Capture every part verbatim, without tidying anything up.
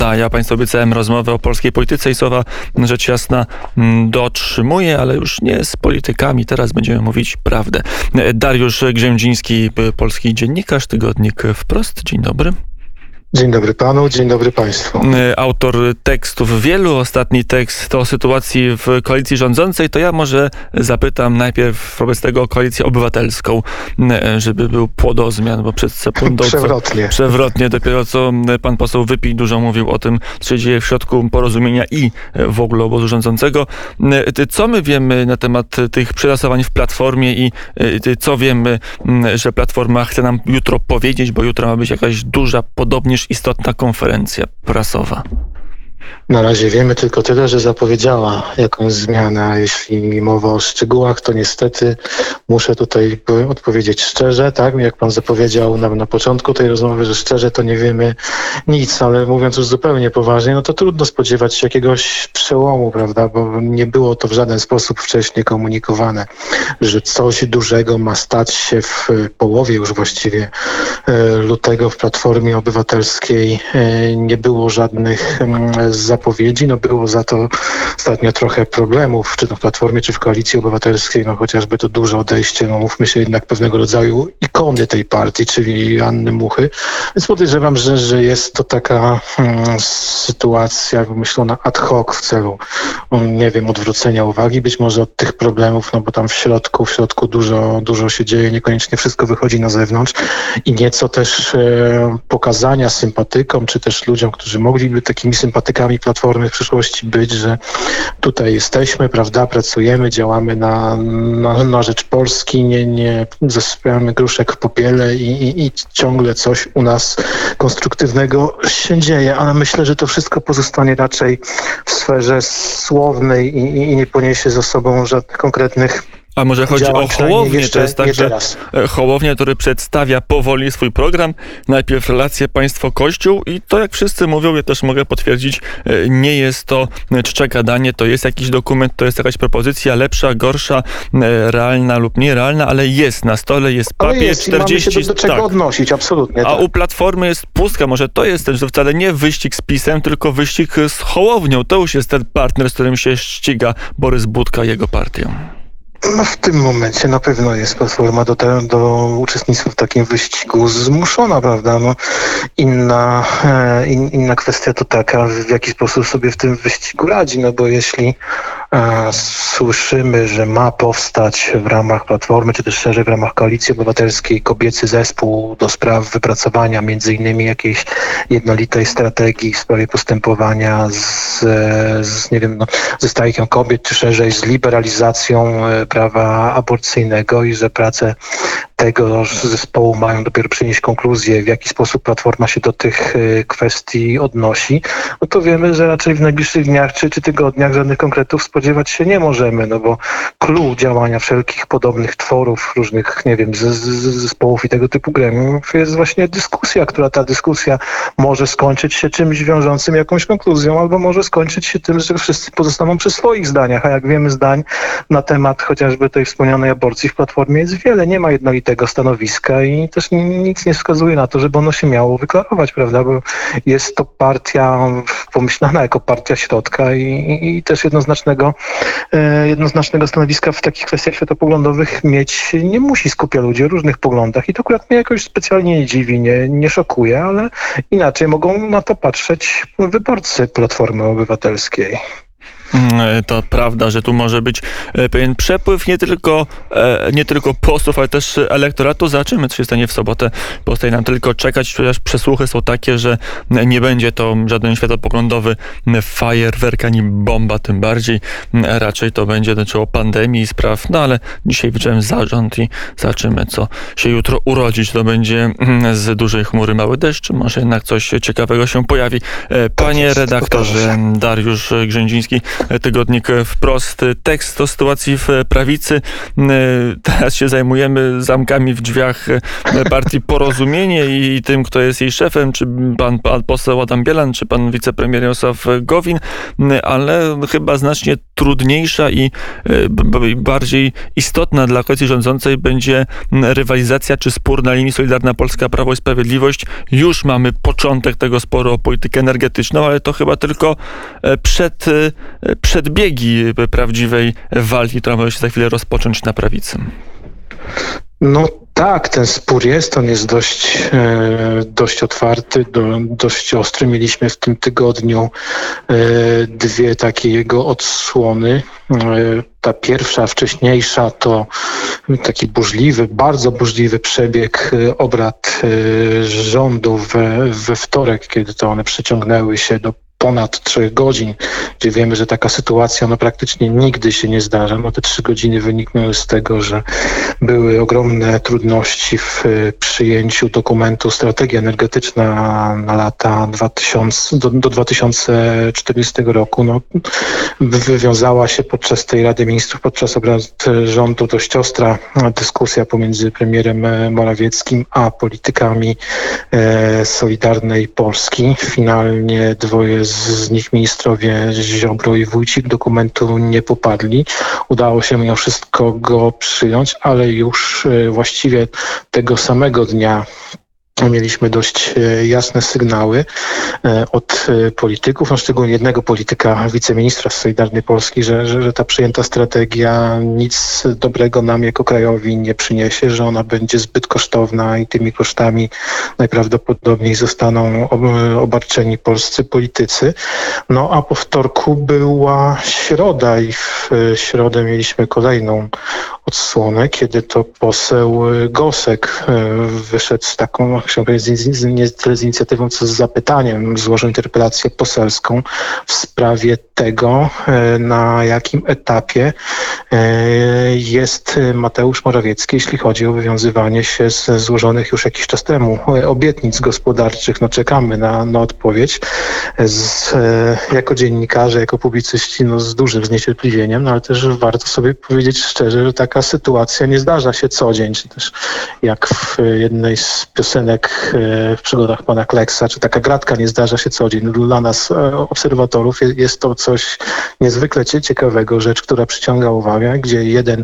A ja Państwu obiecałem rozmowę o polskiej polityce i słowa rzecz jasna dotrzymuję, ale już nie z politykami. Teraz będziemy mówić prawdę. Dariusz Grzędziński, polski dziennikarz, tygodnik Wprost. Dzień dobry. Dzień dobry panu, dzień dobry państwu. Autor tekstów wielu. Ostatni tekst to o sytuacji w koalicji rządzącej. To ja może zapytam najpierw wobec tego o Koalicję Obywatelską, żeby był płodozmian, bo przed sekundą... Przewrotnie. Co, przewrotnie. Dopiero co pan poseł Wypij dużo mówił o tym, co się dzieje w środku porozumienia i w ogóle obozu rządzącego. Co my wiemy na temat tych przetasowań w Platformie i co wiemy, że Platforma chce nam jutro powiedzieć, bo jutro ma być jakaś duża, podobnież istotna konferencja prasowa? Na razie wiemy tylko tyle, że zapowiedziała jakąś zmianę, a jeśli mowa o szczegółach, to niestety muszę tutaj odpowiedzieć szczerze, tak? Jak pan zapowiedział nam na początku tej rozmowy, że szczerze to nie wiemy nic, ale mówiąc już zupełnie poważnie, no to trudno spodziewać się jakiegoś przełomu, prawda? Bo nie było to w żaden sposób wcześniej komunikowane, że coś dużego ma stać się w połowie już właściwie lutego w Platformie Obywatelskiej. Nie było żadnych zapowiedzi, no było za to ostatnio trochę problemów, czy to w Platformie, czy w Koalicji Obywatelskiej, no chociażby to duże odejście, no mówmy się, jednak pewnego rodzaju ikony tej partii, czyli Anny Muchy. Więc podejrzewam, że, że jest to taka hmm, sytuacja wymyślona ad hoc w celu, nie wiem, odwrócenia uwagi być może od tych problemów, no bo tam w środku, w środku dużo, dużo się dzieje, niekoniecznie wszystko wychodzi na zewnątrz i nieco też e, pokazania sympatykom, czy też ludziom, którzy mogliby takimi sympatykami Platformy w przyszłości być, że tutaj jesteśmy, prawda, pracujemy, działamy na, na, na rzecz Polski, nie, nie zasypiamy gruszek w popiele i, i, i ciągle coś u nas konstruktywnego się dzieje, ale myślę, że to wszystko pozostanie raczej w sferze słownej i, i nie poniesie za sobą żadnych konkretnych. A może chodzi Działań, o Hołownię, jeszcze, to jest tak, że teraz. Hołownia, który przedstawia powoli swój program, najpierw relacje państwo-kościół i to, jak wszyscy mówią, ja też mogę potwierdzić, nie jest to czcze gadanie, to jest jakiś dokument, to jest jakaś propozycja lepsza, gorsza, realna lub nierealna, ale jest na stole, jest papier, ale jest czterdzieści... I mamy się do, do czego tak. odnosić, absolutnie. A tak. u Platformy jest pustka, może to jest też, że wcale nie wyścig z PiS-em, tylko wyścig z Hołownią, to już jest ten partner, z którym się ściga Borys Budka i jego partią. No w tym momencie na pewno jest Platforma do, te, do uczestnictwa w takim wyścigu zmuszona, prawda? No, inna, e, in, inna kwestia to taka, w jaki sposób sobie w tym wyścigu radzi, no bo jeśli e, słyszymy, że ma powstać w ramach Platformy, czy też szerzej w ramach Koalicji Obywatelskiej kobiecy zespół do spraw wypracowania między innymi jakiejś jednolitej strategii w sprawie postępowania z, z nie wiem, no, ze strajkiem kobiet, czy szerzej z liberalizacją e, prawa aborcyjnego i że prace tego zespołu mają dopiero przynieść konkluzję, w jaki sposób Platforma się do tych kwestii odnosi, no to wiemy, że raczej w najbliższych dniach czy, czy tygodniach żadnych konkretów spodziewać się nie możemy, no bo clue działania wszelkich podobnych tworów, różnych, nie wiem, z, z, zespołów i tego typu gremiów jest właśnie dyskusja, która ta dyskusja może skończyć się czymś wiążącym jakąś konkluzją, albo może skończyć się tym, że wszyscy pozostaną przy swoich zdaniach, a jak wiemy, zdań na temat chociażby tej wspomnianej aborcji w Platformie jest wiele, nie ma jednolitego stanowiska i też nic nie wskazuje na to, żeby ono się miało wyklarować, prawda, bo jest to partia pomyślana jako partia środka i, i, i też jednoznacznego, e, jednoznacznego stanowiska w takich kwestiach światopoglądowych mieć nie musi, skupia ludzi o różnych poglądach i to akurat mnie jakoś specjalnie nie dziwi, nie, nie szokuje, ale inaczej mogą na to patrzeć wyborcy Platformy Obywatelskiej. To prawda, że tu może być pewien przepływ nie tylko, nie tylko posłów, ale też elektoratu. Zobaczymy, co się stanie w sobotę. Pozostaje nam tylko czekać, chociaż przesłuchy są takie, że nie będzie to żaden światopoglądowy fajerwerk ani bomba, tym bardziej. Raczej to będzie dotyczyło pandemii i spraw, no ale dzisiaj widziałem zarząd i zobaczymy, co się jutro urodzi. Czy to będzie z dużej chmury mały deszcz, może jednak coś ciekawego się pojawi. Panie redaktorze, Dariusz Grzędziński, tygodnik Wprost. Tekst o sytuacji w prawicy. Teraz się zajmujemy zamkami w drzwiach partii Porozumienie i tym, kto jest jej szefem, czy pan, pan poseł Adam Bielan, czy pan wicepremier Jarosław Gowin, ale chyba znacznie trudniejsza i bardziej istotna dla koalicji rządzącej będzie rywalizacja czy spór na linii Solidarna Polska, Prawo i Sprawiedliwość. Już mamy początek tego sporu o politykę energetyczną, ale to chyba tylko przed, przedbiegi prawdziwej walki, która może się za chwilę rozpocząć na prawicy. No tak, ten spór jest, on jest dość, e, dość otwarty, do, dość ostry. Mieliśmy w tym tygodniu e, dwie takie jego odsłony. E, ta pierwsza, wcześniejsza, to taki burzliwy, bardzo burzliwy przebieg e, obrad e, rządu we, we wtorek, kiedy to one przeciągnęły się do ponad trzech godzin, gdzie wiemy, że taka sytuacja no, praktycznie nigdy się nie zdarza. No, te trzy godziny wyniknęły z tego, że były ogromne trudności w przyjęciu dokumentu Strategia Energetyczna na lata dwa tysiące, do, do dwa tysiące czterdziestego roku. No, wywiązała się podczas tej Rady Ministrów, podczas obrad rządu dość ostra dyskusja pomiędzy premierem Morawieckim a politykami e, Solidarnej Polski. Finalnie dwoje z z nich ministrowie Ziobro i Wójcik dokumentu nie popadli. Udało się mimo wszystko go przyjąć, ale już właściwie tego samego dnia mieliśmy dość jasne sygnały od polityków, no szczególnie jednego polityka, wiceministra z Solidarnej Polski, że, że, że ta przyjęta strategia nic dobrego nam jako krajowi nie przyniesie, że ona będzie zbyt kosztowna i tymi kosztami najprawdopodobniej zostaną obarczeni polscy politycy. No a po wtorku była środa i w środę mieliśmy kolejną odsłonę, kiedy to poseł Gosek wyszedł z taką, chciałbym powiedzieć, nie tyle z inicjatywą, co z zapytaniem, złożył interpelację poselską w sprawie tego, na jakim etapie jest Mateusz Morawiecki, jeśli chodzi o wywiązywanie się z złożonych już jakiś czas temu obietnic gospodarczych. No czekamy na, na odpowiedź. Z, jako dziennikarze, jako publicyści, no z dużym zniecierpliwieniem, no ale też warto sobie powiedzieć szczerze, że taka sytuacja nie zdarza się co dzień, czy też jak w jednej z piosenek w przygodach pana Kleksa, czy taka gratka nie zdarza się co dzień. Dla nas, obserwatorów, jest to coś niezwykle ciekawego, rzecz, która przyciąga uwagę, gdzie jeden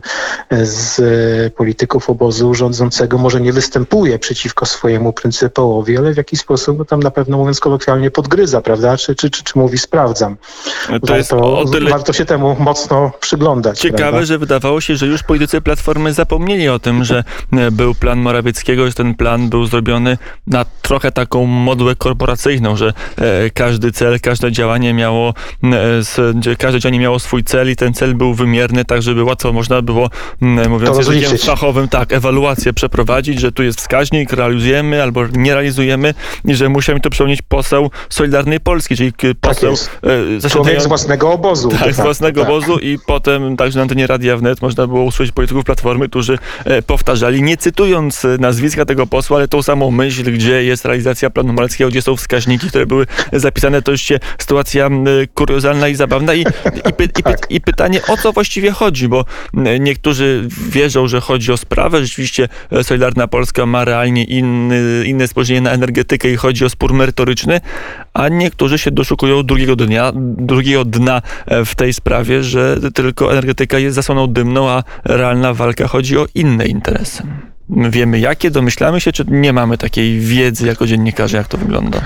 z polityków obozu rządzącego może nie występuje przeciwko swojemu pryncypałowi, ale w jakiś sposób go tam na pewno, mówiąc kolokwialnie, podgryza, prawda? Czy, czy, czy, czy mówi sprawdzam. To warto, jest o tyle warto się temu mocno przyglądać. Ciekawe, prawda? że wydawało się, że już politycy Platformy zapomnieli o tym, że był plan Morawieckiego, że ten plan był zrobiony na trochę taką modłę korporacyjną, że e, każdy cel, każde działanie miało e, z, każde działanie miało swój cel i ten cel był wymierny, tak żeby łatwo można było, m, mówiąc językiem fachowym, tak, ewaluację przeprowadzić, że tu jest wskaźnik, realizujemy albo nie realizujemy i że musiał mi to przypomnieć poseł Solidarnej Polski, czyli poseł... Tak e, człowiek z własnego obozu. Tak, z własnego tak. obozu i potem także na antenie Radia Wnet można było usłyszeć polityków Platformy, którzy e, powtarzali, nie cytując nazwiska tego posła, ale tą samą myśl, gdzie jest realizacja planu Morawieckiego, gdzie są wskaźniki, które były zapisane. To już się sytuacja e, kuriozalna i zabawna. I, i, py, i, py, I pytanie, o co właściwie chodzi, bo niektórzy wierzą, że chodzi o sprawę. Rzeczywiście Solidarna Polska ma realnie inny, inne spojrzenie na energetykę i chodzi o spór merytoryczny, a niektórzy się doszukują drugiego dnia, drugiego dna w tej sprawie, że tylko energetyka jest zasłoną dymną, a realna walka chodzi o inne interesy. Wiemy jakie, domyślamy się, czy nie mamy takiej wiedzy jako dziennikarze, jak to wygląda?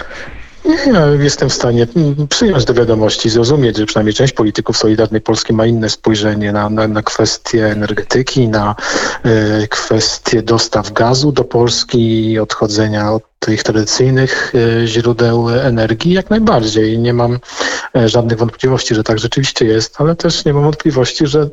Ja jestem w stanie przyjąć do wiadomości, zrozumieć, że przynajmniej część polityków Solidarnej Polski ma inne spojrzenie na, na, na kwestie energetyki, na y, kwestie dostaw gazu do Polski i odchodzenia od tych tradycyjnych y, źródeł energii. Jak najbardziej. Nie mam y, żadnych wątpliwości, że tak rzeczywiście jest, ale też nie mam wątpliwości, że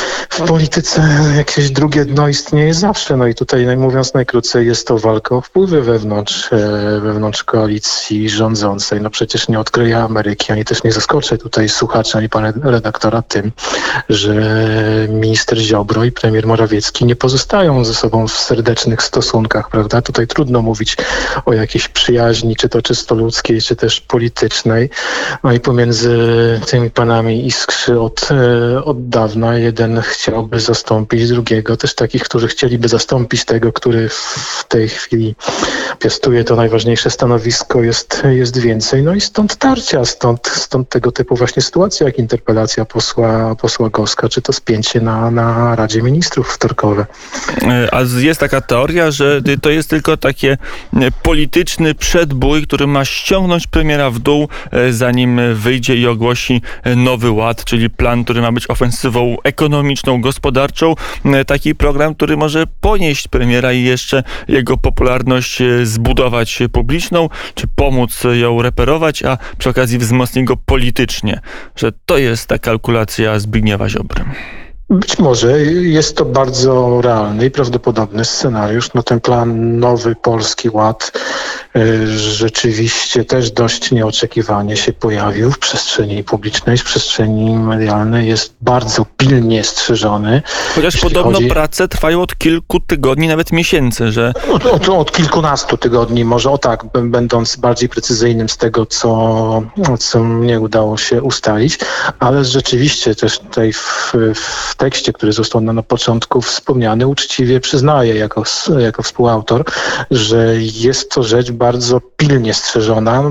w polityce jakieś drugie dno istnieje zawsze. No i tutaj, mówiąc najkrócej, jest to walka o wpływy wewnątrz, y, wewnątrz koalicji rządzącej. No przecież nie odkryję Ameryki, ani też nie zaskoczę tutaj słuchaczy, ani pana redaktora tym, że minister Ziobro i premier Morawiecki nie pozostają ze sobą w serdecznych stosunkach, prawda? Tutaj trudno mówić o jakiejś przyjaźni, czy to czysto ludzkiej, czy też politycznej. No i pomiędzy między tymi panami iskrzy od, od dawna. Jeden chciałby zastąpić drugiego. Też takich, którzy chcieliby zastąpić tego, który w tej chwili piastuje to najważniejsze stanowisko, jest, jest więcej. No i stąd tarcia, stąd, stąd tego typu właśnie sytuacja, jak interpelacja posła, posła Goska, czy to spięcie na, na Radzie Ministrów wtorkowe. A jest taka teoria, że to jest tylko takie polityczny przedbój, który ma ściągnąć premiera w dół, zanim wyjdzie i ogłosi nowy ład, czyli plan, który ma być ofensywą ekonomiczną, gospodarczą. Taki program, który może ponieść premiera i jeszcze jego popularność zbudować publiczną, czy pomóc ją reperować, a przy okazji wzmocni go politycznie. Że to jest ta kalkulacja Zbigniewa Ziobry. Być może jest to bardzo realny i prawdopodobny scenariusz. No ten plan Nowy Polski Ład y, rzeczywiście też dość nieoczekiwanie się pojawił w przestrzeni publicznej, w przestrzeni medialnej. Jest bardzo pilnie strzeżony. Chociaż podobno chodzi... prace trwają od kilku tygodni, nawet miesięcy, że... Od, od, od kilkunastu tygodni, może o tak, będąc bardziej precyzyjnym z tego, co, co mnie udało się ustalić, ale rzeczywiście też tutaj w, w tekście, który został na, na początku wspomniany, uczciwie przyznaję jako, jako współautor, że jest to rzecz bardzo pilnie strzeżona,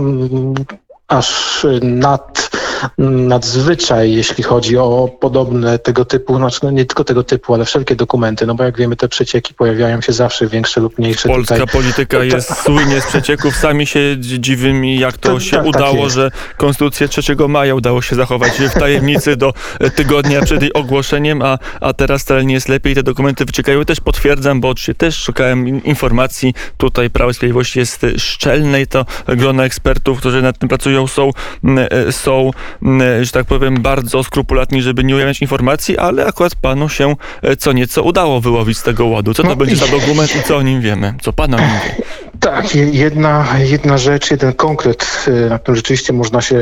aż nad, nadzwyczaj, jeśli chodzi o podobne tego typu, znaczy no nie tylko tego typu, ale wszelkie dokumenty, no bo jak wiemy, te przecieki pojawiają się zawsze większe lub mniejsze. Polska tutaj. polityka jest słynie z przecieków. Sami się dziwimy, jak to, to się tak, udało, tak że Konstytucję trzeciego maja udało się zachować w tajemnicy do tygodnia przed jej ogłoszeniem, a, a teraz wcale nie jest lepiej. Te dokumenty wyciekają. Też potwierdzam, bo oczywiście też szukałem informacji. Tutaj Prawo i Sprawiedliwość jest szczelne i to grono ekspertów, którzy nad tym pracują, są, są, że tak powiem, bardzo skrupulatni, żeby nie ujawniać informacji, ale akurat panu się co nieco udało wyłowić z tego ładu. Co to no będzie za dokument i co o nim wiemy? Co pan o nim wie? Tak, jedna, jedna rzecz, jeden konkret, na którym rzeczywiście można się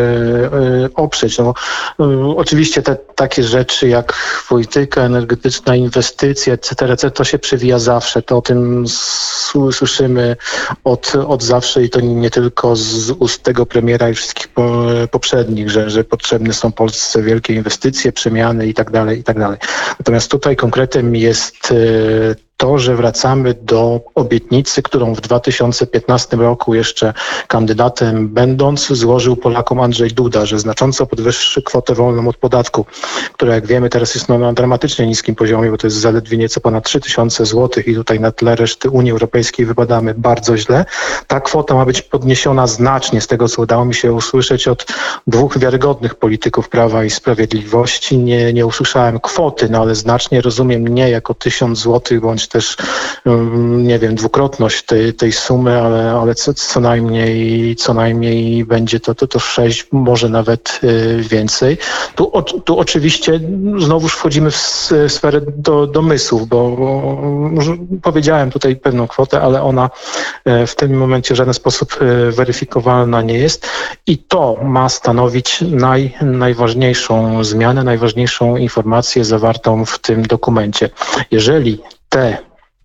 oprzeć. No, oczywiście te takie rzeczy jak polityka energetyczna, inwestycje, et cetera, et cetera, to się przewija zawsze. To o tym słyszymy od, od zawsze i to nie tylko z ust tego premiera i wszystkich po, poprzednich, że, że potrzebne są Polsce wielkie inwestycje, przemiany i tak dalej, i tak dalej. Natomiast tutaj konkretem jest to, że wracamy do obietnicy, którą w dwa tysiące piętnastym roku jeszcze kandydatem będąc złożył Polakom Andrzej Duda, że znacząco podwyższy kwotę wolną od podatku, która jak wiemy teraz jest no, na dramatycznie niskim poziomie, bo to jest zaledwie nieco ponad trzy tysiące złotych i tutaj na tle reszty Unii Europejskiej wypadamy bardzo źle. Ta kwota ma być podniesiona znacznie z tego, co udało mi się usłyszeć od dwóch wiarygodnych polityków Prawa i Sprawiedliwości. Nie, nie usłyszałem kwoty, no ale znacznie rozumiem nie jako tysiąc złotych bądź też, nie wiem, dwukrotność tej, tej sumy, ale, ale co, co najmniej co najmniej będzie to, to, to sześć, może nawet więcej. Tu, o, tu oczywiście znowuż wchodzimy w sferę do, domysłów, bo, bo powiedziałem tutaj pewną kwotę, ale ona w tym momencie w żaden sposób weryfikowalna nie jest i to ma stanowić naj, najważniejszą zmianę, najważniejszą informację zawartą w tym dokumencie. Jeżeli te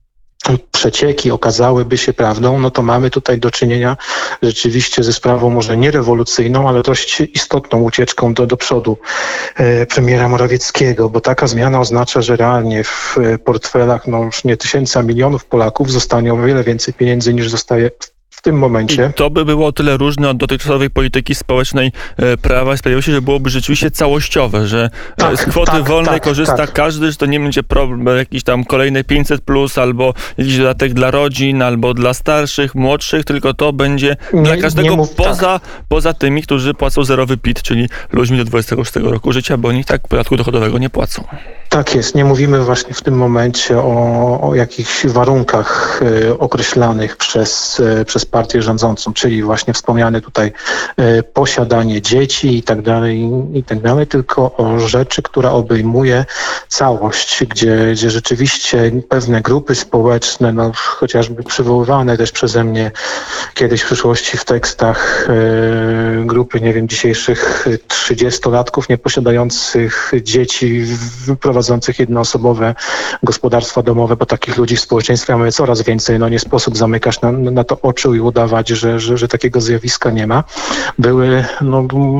przecieki okazałyby się prawdą, no to mamy tutaj do czynienia rzeczywiście ze sprawą może nie rewolucyjną, ale dość istotną ucieczką do, do przodu e, premiera Morawieckiego, bo taka zmiana oznacza, że realnie w portfelach no już nie tysięcy, a milionów Polaków zostanie o wiele więcej pieniędzy niż zostaje w tym momencie. I to by było o tyle różne od dotychczasowej polityki społecznej e, Prawa i Sprawiedliwości, że byłoby rzeczywiście całościowe, że tak, z kwoty tak, wolnej tak, korzysta tak. każdy, że to nie będzie problem jakiś tam kolejny pięćset plus, albo jakiś dodatek dla rodzin, albo dla starszych, młodszych, tylko to będzie nie, dla każdego mów, poza, tak. poza tymi, którzy płacą zerowy P I T, czyli ludźmi do dwudziestego szóstego roku życia, bo oni tak podatku dochodowego nie płacą. Tak jest. Nie mówimy właśnie w tym momencie o, o jakichś warunkach y, określanych przez, y, przez partię rządzącą, czyli właśnie wspomniane tutaj y, posiadanie dzieci i tak dalej, i tak dalej, tylko o rzeczy, która obejmuje całość, gdzie, gdzie rzeczywiście pewne grupy społeczne, no, chociażby przywoływane też przeze mnie kiedyś w przyszłości w tekstach y, grupy, nie wiem, dzisiejszych trzydziestolatków nieposiadających dzieci prowadzących jednoosobowe gospodarstwa domowe, bo takich ludzi w społeczeństwie mamy coraz więcej. No nie sposób zamykać na, na to oczu i udawać, że, że, że takiego zjawiska nie ma. Były no,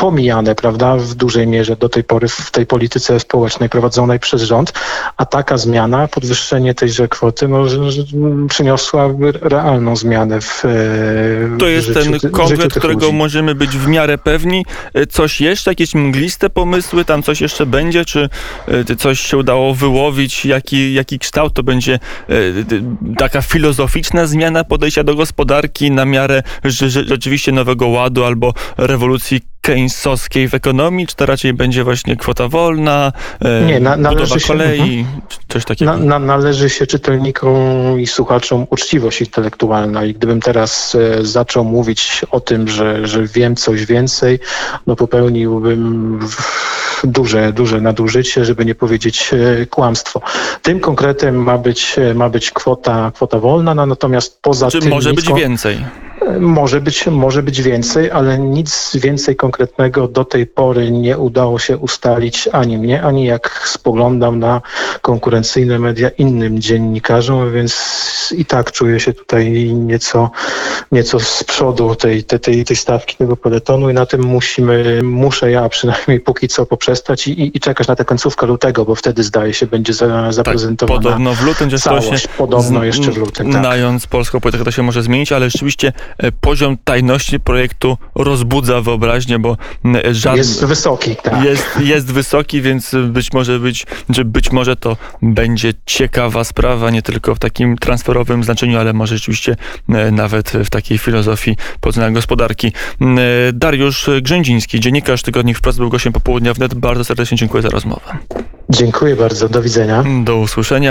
pomijane, prawda, w dużej mierze do tej pory w tej polityce społecznej prowadzonej przez rząd, a taka zmiana, podwyższenie tejże kwoty, no, że, że przyniosłaby realną zmianę w, w To jest życiu, ten w życiu konkret, tych którego ludzi. możemy być w miarę pewni. Coś jeszcze, jakieś mgliste pomysły, tam coś jeszcze będzie, czy y, coś się udało wyłowić, jaki, jaki kształt to będzie y, y, taka filozoficzna zmiana podejścia do gospodarki na miarę że, że, rzeczywiście nowego ładu albo rewolucji keynesowskiej w ekonomii, czy to raczej będzie właśnie kwota wolna, y, Nie, na- budowa należy się- kolei, czy coś takiego? Na, na, należy się czytelnikom i słuchaczom uczciwość intelektualna i gdybym teraz e, zaczął mówić o tym, że, że wiem coś więcej, no popełniłbym w- duże, duże nadużycie, żeby nie powiedzieć e, kłamstwo. Tym konkretem ma być, e, ma być kwota, kwota wolna, no, natomiast poza Czy tym... może nic być kon- więcej? Może być, może być więcej, ale nic więcej konkretnego do tej pory nie udało się ustalić ani mnie, ani jak spoglądam na konkurencyjne media innym dziennikarzom, więc i tak czuję się tutaj nieco, nieco z przodu tej, tej, tej, tej stawki tego peletonu i na tym musimy, muszę ja przynajmniej póki co poprzestać i, i, i czekać na tę końcówkę lutego, bo wtedy zdaje się będzie za, zaprezentowana Tak, podobno w lutym, gdzieś to się, całość. Podobno jeszcze w lutym, tak. Znając polską politykę, to się może zmienić, ale rzeczywiście e, poziom tajności projektu rozbudza wyobraźnię, bo e, żaden... Jest wysoki, tak. Jest, jest wysoki, więc być może być, że być może to będzie ciekawa sprawa, nie tylko w takim transferowym znaczeniu, ale może rzeczywiście e, nawet w takiej filozofii poznania gospodarki. E, Dariusz Grzędziński, dziennikarz Tygodnik Wprost, był gościem Popołudnia Wnet. Bardzo serdecznie dziękuję za rozmowę. Dziękuję bardzo, do widzenia. Do usłyszenia.